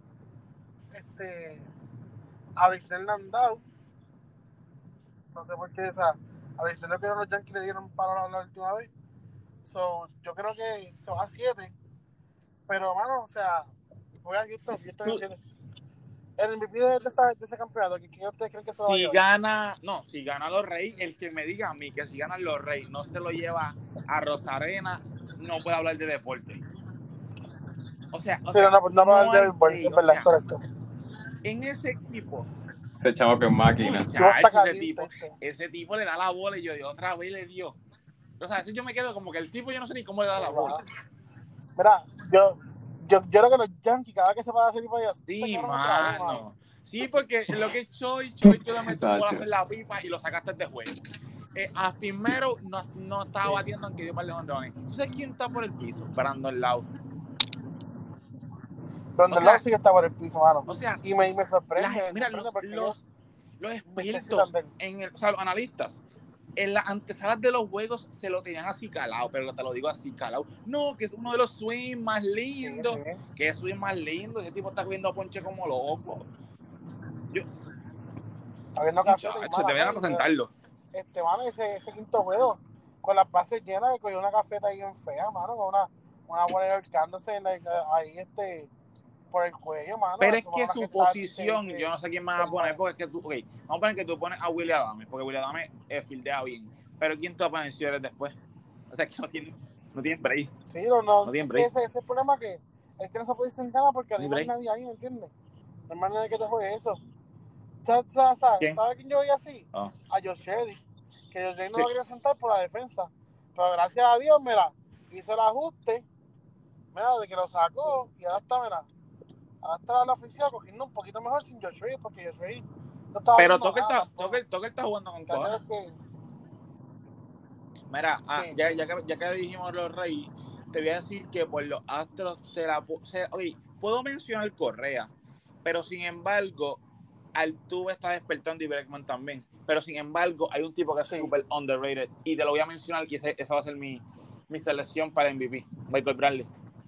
A Brisner le han dado, no sé por qué, a Brisner lo que los Yankees le dieron para la última vez. Yo creo que se va a 7, pero, mano, o sea, voy a Houston en 7. El MVP de ese campeonato, ¿quién ustedes creen que se va a llevar? Si gana los Reyes, el que me diga a mí que si ganan los Reyes no se lo lleva a Rosarena, no puede hablar de deporte. O sea, no hablar de béisbol, es verdad, es correcto. En ese equipo, ese chavo que es máquina. Ese tipo le da la bola y yo otra vez le dio. O sea, yo me quedo como que el tipo yo no sé ni cómo le da la bola. Mira, yo creo que los Yankees, cada vez que se van a hacer para allá, sí, mano. Sí, porque lo que es Choi tú le metes bola a hacer la pipa y lo sacaste de juego. Austin Mero no estaba batiendo aunque dio par de jonrones. ¿Tú sabes quién está por el piso? Brandon Lau. Brandon Lau sí que está por el piso, mano. O sea, y me sorprende. Mira, los expertos, los analistas, en las antesalas de los juegos se lo tenían así calado, pero te lo digo así calado. No, que es uno de los swings más lindos. Sí. Que es swing más lindo. Ese tipo está cogiendo ponche como loco. Te voy a presentarlo. Mano, ese quinto juego, con las bases llenas, cogió una cafeta ahí bien fea, mano, con una bola ahorcándose ahí por el cuello, mano. Pero es que su posición, yo no sé quién más va a poner, porque es que vamos a poner que tú pones a Willy Adames, porque Willy Adames fildea bien. Pero ¿quién te va a poner si eres después? O sea, que no tiene break. Sí, no tiene break. Ese es el problema, que es que no se puede ir gana porque no hay nadie ahí, ¿me entiendes? No hay nadie que te juegue eso. ¿Sabes quién yo veía así? Oh. A Josh Reddy, que Josh Reddy no lo quería sentar por la defensa, pero gracias a Dios, mira, hizo el ajuste, mira, de que lo sacó y ahora está la oficina cogiendo un poquito mejor sin Josh Reddy, porque Josh Reddy no estaba. Pero Tucker está jugando con cojones. Mira, ya que dijimos los Reyes, te voy a decir que por los Astros puedo mencionar Correa, Pero sin embargo, Altuve está despertando y Bregman también. Pero sin embargo, hay un tipo que es super underrated. Y te lo voy a mencionar, que esa va a ser mi selección para MVP, Michael Bradley.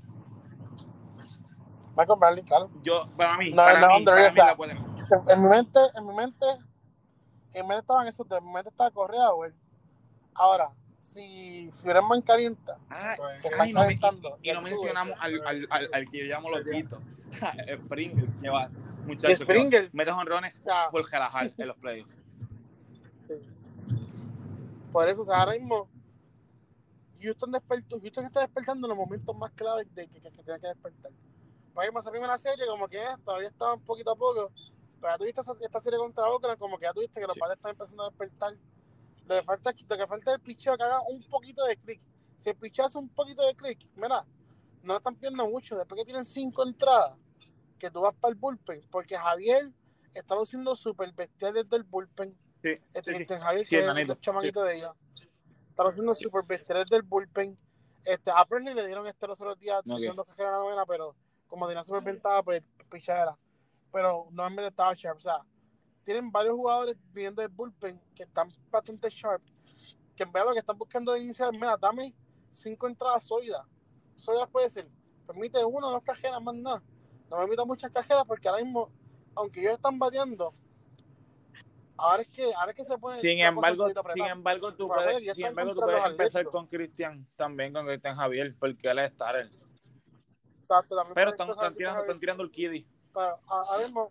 Michael Bradley, claro. Para mí, la pueden. En mi mente estaban esos dos. En mi mente estaba Correa, güey. Ahora, si Bregman calienta, y no mencionamos al que yo llamo los guitos, Springer, que va, muchachos, mete jonrones por relajar en los playoffs. Sí. Por eso, o sea, ahora mismo Houston está despertando en los momentos más claves que tiene que despertar. Por ejemplo, esa primera serie, como que todavía estaba un poquito a poco, pero ya tuviste esta serie contra Oakland, como que ya tuviste que los padres están empezando a despertar. Lo que falta es el picheo que haga un poquito de clic. Si el picheo hace un poquito de clic, mira, no lo están pidiendo mucho. Después que tienen 5 entradas, que tú vas para el bullpen, porque Javier está luciendo súper bestial desde el bullpen. Sí, Javier, que es un chamaquito de ella. Está luciendo súper bestial desde el bullpen. A Presley le dieron los otros días, diciendo que era la novena, pero como tenía súper ventaja, pues pichadera. Pero normalmente estaba sharp. O sea, tienen varios jugadores viendo el bullpen que están bastante sharp, que en verdad lo que están buscando de iniciar, mira, dame 5 entradas sólidas puede ser, permite 1 o 2 cajeras más nada, no me permita muchas cajeras, porque ahora mismo, aunque ellos están bateando, ahora es que se pone sin embargo tú puedes empezar con Cristian Javier, porque él es starter. Exacto, pero están tirando el Kiddy. Pero ahora mismo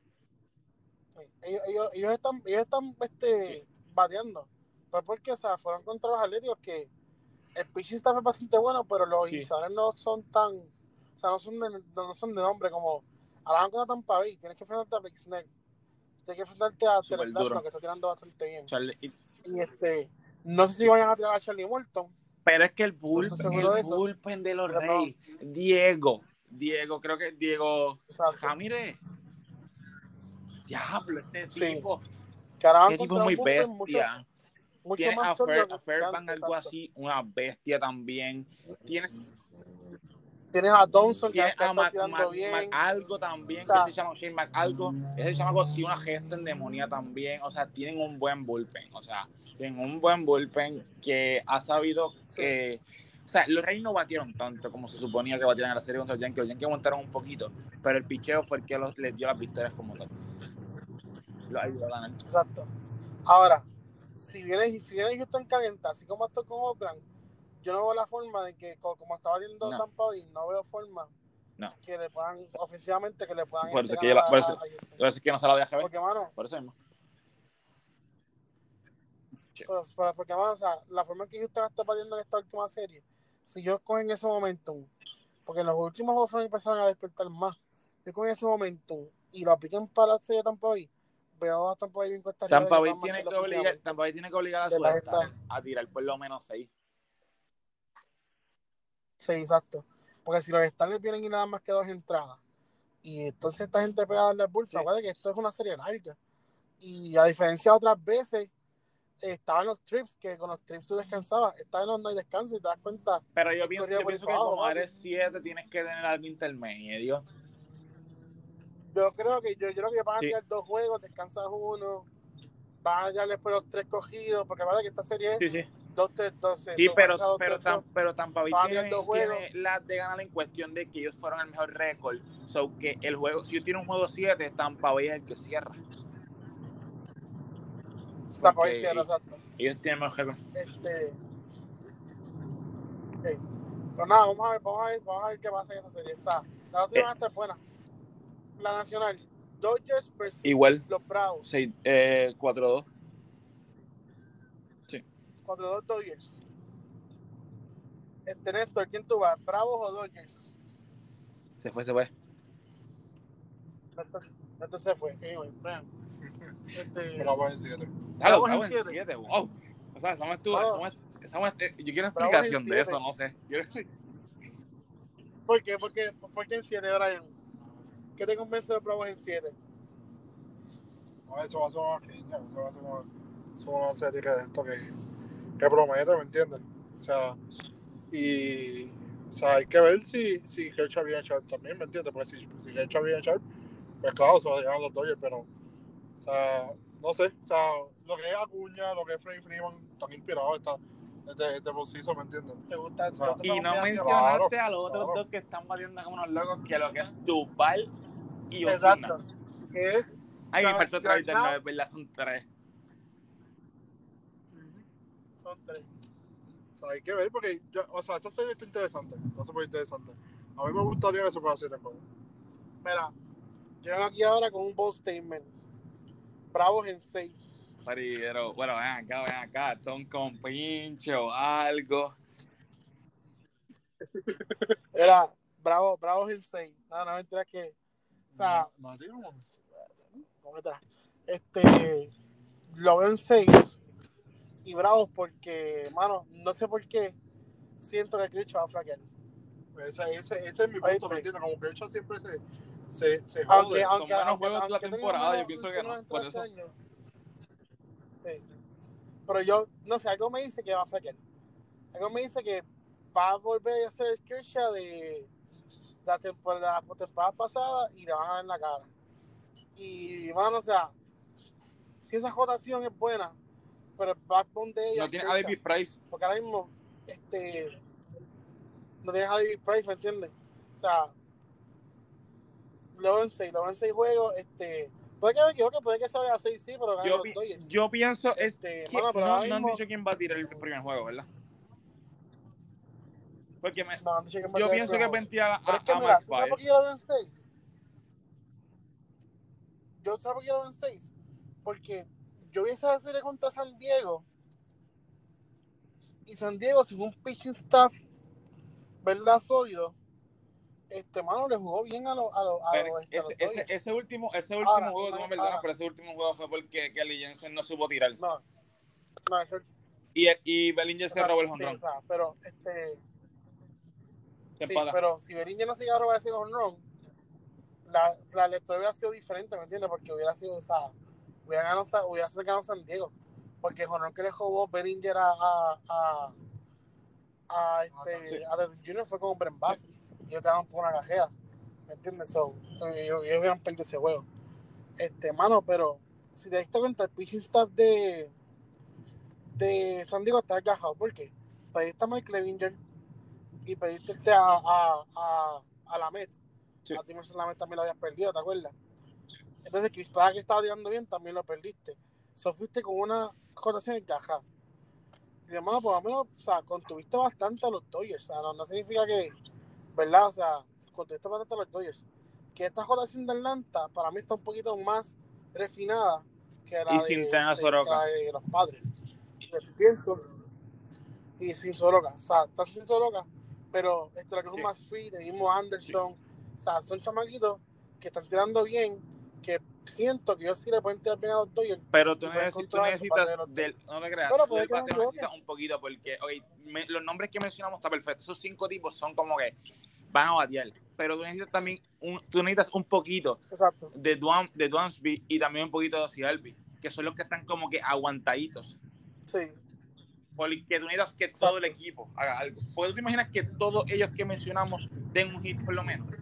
ellos están bateando, pero porque, o sea, fueron contra los Atléticos, que el pitching staff es bastante bueno, pero los iniciadores no son tan, o sea, no son de nombre, como ahora van con Tampa Bay, tienes que enfrentarte a Blake Snell, tienes que enfrentarte a Taylor Glasnow, que está tirando bastante bien. Y no sé si vayan a tirar a Charlie Morton, pero es que el bullpen de los Reyes, Diego, creo que Diego Ramírez, diablo, este tipo, este tipo es muy bestia. Tiene a Fairbanks, algo así, una bestia también. Tienes a Thompson, que está tirando bien. Algo también, que se llama Shane McAlgo. Ese chamaco tiene una gesta endemoniada también. O sea, tienen un buen bullpen. Que ha sabido que... O sea, los Reyes no batieron tanto como se suponía que batieran en la serie contra los Yankees. Los Yankees aguantaron un poquito, pero el picheo fue el que les dio las victorias como tal. Lo ayudó a ganar. Exacto. Ahora, si viene Houston calienta, así como esto con Oakland, yo no veo la forma de que, como estaba viendo Tampa Bay, no veo forma que le puedan, ofensivamente, que le puedan. Por eso es que no se la deja ver. Porque, mano, por eso mismo. Porque, mano, o sea, la forma en que Houston está batiendo en esta última serie, si yo cogen ese momentum, porque en los últimos juegos empezaron a despertar más, yo cogen ese momentum y lo apliquen para la serie de Tampa Bay, veo a Tampa Bay bien cuesta arriba. Tampa Bay tiene que obligar a su a tirar por lo menos 6. Sí, exacto. Porque si los Starlets vienen y nada más que 2 entradas, y entonces esta gente pega a darle al bullpen, acuérdate que esto es una serie larga. Y a diferencia de otras veces, estaban los trips, que con los trips tú descansabas, estaban los no hay descanso y te das cuenta. Pero yo pienso que como eres 7, tienes que tener algo intermedio. Yo creo que van a tirar 2 juegos, descansas 1, van a darle por los 3 cogidos, porque vale que esta serie es 2-3-12. Sí, pero Tampa Bay tiene las de ganar en cuestión de que ellos fueron el mejor récord. So que el juego, si yo tiene un juego 7, Tampa Bay es el que cierra. Tampa Bay cierra, exacto. Ellos tienen mejor récord. Pero nada, vamos a ver qué pasa en esa serie. O sea, la serie va a estar buena. La nacional, Dodgers versus igual los Bravos. 4-2. Sí. 4-2 Dodgers. Néstor, ¿quién tú vas? ¿Bravos o Dodgers? Se fue. Esto se fue. Bravos en 7. Bravos en 7. Wow. O sea, yo quiero explicación de eso, no sé. ¿Por qué? ¿Por qué en 7, Brian? ¿Qué te convence de los Bravos en 7? No, eso va a ser una riña, eso va a ser una serie que promete, ¿me entiendes? O sea, hay que ver si Kershaw viene Sharp también, ¿me entiendes? Porque si Kershaw viene Sharp, pues claro, se va a llegar a los Dodgers, pero, o sea, no sé, o sea, lo que es Acuña, lo que es Freddie Freeman, están inspirados este posizo, ¿me entiendes? ¿Te gusta? O sea, Y no mencionaste a los otros dos que están batiendo como unos locos, que lo que es Duvall y Ozuna. Exacto. Que es Ay, me faltó otra vez, Now. es verdad, son tres. Son tres. O sea, hay que ver porque, o sea, esa serie está interesante, está súper interesante. A mí me gustaría que se fuera así el juego. Mira, llegan aquí ahora con un bold statement. Bravos en 6. Pero, bueno, ven acá, son con pincho o algo. Era bravos en 6. No mentira que. O sea, No, ¿cómo está? Lo veo en 6. Y bravos porque, mano, no sé por qué siento que Cristo va a flaquear. ese es mi punto, ¿me entiendes? Como que el hecho siempre se Aunque, jode. Son buenos juegos de la temporada, yo pienso que no, por eso. Año. Sí. Pero yo, no sé, algo me dice que va a flaquear. Algo me dice que va a volver a ser el Kershaw de la temporada pasada y le van a dar en la cara. Y, mano, o sea, si esa rotación es buena, pero el backbone de ella. No tiene a David Price. Porque ahora mismo, no tienes a David Price, ¿me entiendes? O sea, lo ven 6 juegos, puede que me equivoque, puede que se vaya a 6, sí, pero ganen los Dodgers. Yo pienso mano, pero no mismo, han dicho quién va a tirar el primer juego, ¿verdad? Porque no han dicho quién va a yo tirar pienso que va a tirar pero es que a mira, Max ¿sabes por qué yo lo veo en 6? ¿Sabes por qué yo lo veo en 6? Porque yo vi esa serie contra San Diego y San Diego sin un pitching staff, ¿verdad? Sólido. Mano, le jugó bien a los Dodgers. Ese último Ahora, juego, no me perdonas, pero ese último juego fue porque Kelly Jensen no supo tirar. No, eso, y Bellinger se robó el jonrón. Sí, o sea, pero Se sí, empata. pero si Bellinger no se iba a robar ese jonrón, la lectura hubiera sido diferente, ¿me entiendes? Porque hubiera sido, o sea, hubiera ganado San Diego. Porque el jonrón que le jugó Bellinger a Junior fue con un buen base. Y ellos quedaron por una cajera, ¿me entiendes? Ellos hubieran perdido ese juego. Mano, pero si te diste cuenta, el pitching staff de San Diego está desgajado. ¿Por qué? Pediste a Mike Clevinger y pediste a Lamet. Sí. A Timerson Lamet también lo habías perdido, ¿te acuerdas? Entonces, Chris Pratt, que estaba tirando bien, también lo perdiste. Fuiste con una cotación desgajada. Y hermano, por lo menos, o sea, contuviste bastante a los Dodgers. O sea, no significa que, ¿verdad? O sea, contuviste bastante a los Dodgers. Que esta rotación de Atlanta, para mí, está un poquito más refinada que la de los Padres. Pienso. Y sin Soroka. O sea, está sin Soroka, pero lo que es un más free, el mismo Anderson. O sea, son chamaquitos que están tirando bien, que siento que ellos sí le pueden tirar bien a los Dodgers. Pero tú necesitas no te creas, pero del bateo necesitas un poquito, porque los nombres que mencionamos están perfectos. Esos 5 tipos son como que van a batear, pero tú necesitas también un poquito. Exacto. de Dwansby y también un poquito de Ocialbi, que son los que están como que aguantaditos. Sí. Porque tú necesitas que todo el equipo haga algo. ¿Puedes te imaginas que todos ellos que mencionamos den un hit por lo menos?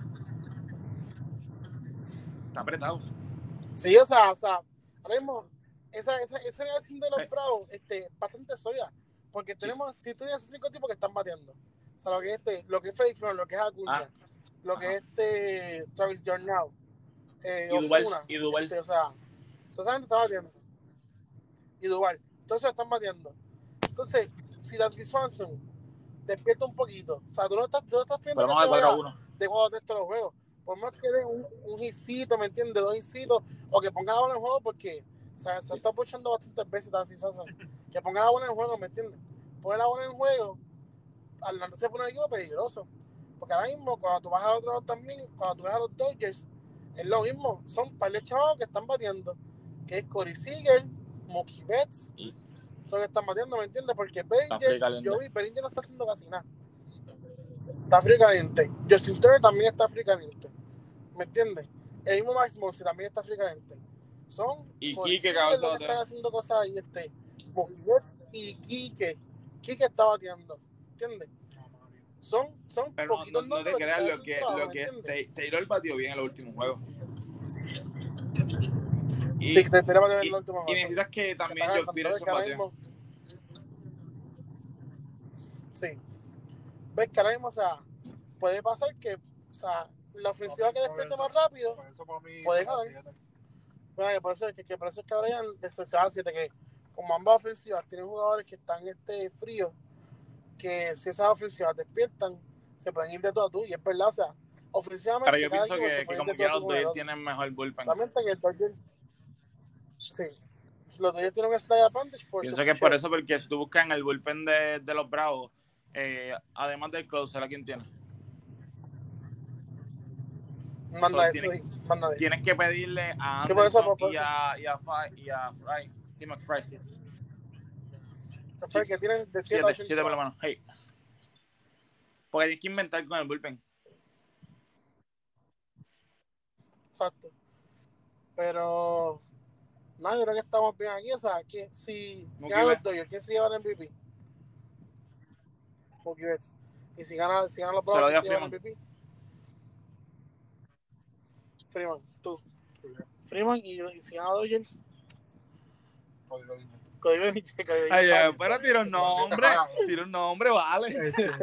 Está apretado. Sí, o sea, ahora mismo, esa relación de los Bravos, bastante sólida, porque tenemos esos 5 tipos que están bateando. O sea, lo que es Freddie Freeman, lo que es Acuña, lo que es Travis Jordan, Ozuna, y Duvall. O sea, toda esa gente está bateando. Y Duvall. Entonces están bateando. Entonces, si las Swanson despierta un poquito, o sea, tú no estás viendo que se vaya de cuando texto los juegos. Por más que den un hitsito, ¿me entiendes? 2 hisitos, o que pongan a bola en juego, porque se está puchando bastantes veces las Swanson. Que pongan a bola en juego, ¿me entiendes? Poner la bola en juego, Atlanta se pone un equipo peligroso. Porque ahora mismo, cuando tú vas a otro también, cuando tú ves a los Dodgers, es lo mismo. Son un par de chavos que están bateando, que es Corey Seager, Mookie Betts, son que están bateando, ¿me entiendes? Porque Bellinger no está haciendo casi nada. Está frío caliente. Justin Turner también está frío caliente. ¿Me entiendes? El mismo Max Monsi también está frío caliente. Y Quique Cabeza que están haciendo cosas ahí, Mookie Betts y Quique está bateando. ¿Entiendes? Son pero poquitos no te creas lo que Taylor batió bien en los últimos juegos. Y, Sí, que te tenemos que ver y- la última y cosa. necesitas que también Está Josh Peterson que ahora batee. mismo- Sí. Ves que ahora mismo, o sea, puede pasar que, o sea, la ofensiva que despierte más rápido Por eso para mí puede son las ganar. 7. Bueno, que por eso es que ahora ya se va a 7, que como ambas ofensivas tienen jugadores que están fríos, que si esas ofensivas despiertan, se pueden ir de tú a tú, y es verdad, o sea, ofensivamente Pero yo cada pienso equipo se que puede ir como de tú a quiera tú los con el Dodgers otro. tienen mejor bullpen. Solamente que el Dodgers, sí, los Dodgers tienen un slide advantage por Pienso su que es por picheo. eso, porque si tú buscas en el bullpen de los Bravos, además del closer, ¿a quién tiene? Manda So, eso, sí, manda de. Tienes que pedirle a Sí, por eso, Anderson por y eso. a Fry, T-Max Fry. Fue que tienen de 7 a 8 7 por la mano. Hey. Porque tienes que inventar con el bullpen. Exacto. Pero, no, yo creo que estamos bien aquí. O sea, que si Mookie ganan los Betts. Dodgers, ¿quién se lleva el MVP? Mookie Betts. Y si ganan los Se lo Bravos, dio a ¿quién se lleva el Freeman. MVP? Freeman, tú. Freeman y si gana Dodgers, Cody Bellinger. Ay, pero tira un nombre. Tira un nombre, vale.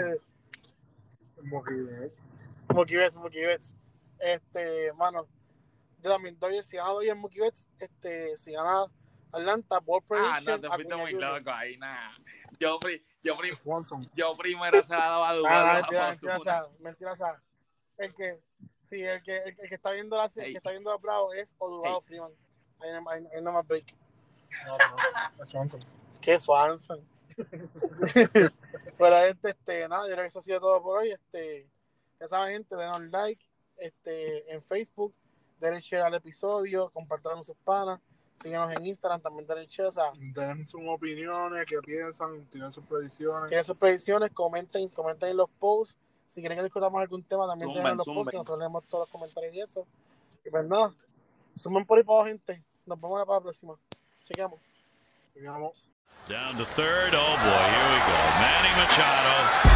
Mookie Betts. Mano, yo también, Dodgers, si gana Dodgers, Mookie Betts, si gana Atlanta, Ball Prediction, No, te fuiste Acuña muy Jr. loco ahí, nada. Yo Swanson. primero se la daba a Dubón. Mentira. El que está viendo que está viendo a Bravo es Odubado Freeman. Ahí no más break. No, es Swanson. ¿Qué Swanson? Pero nada, yo creo que eso ha sido todo por hoy. Ya saben, gente, denos like en Facebook, denle share al episodio, compartan con sus panas, síguenos en Instagram, también denle share, o sea, Tienen sus opiniones, qué piensan, tienen sus predicciones. tienen sus predicciones, comenten en los posts. Si quieren que discutamos algún tema, también tienen los posts, que nosotros leemos todos los comentarios y eso. Y pues nada, sumen por ahí para abajo, gente. Nos vemos para la próxima. Chequeamos. Digamos. Down to third. Oh boy, here we go. Manny Machado.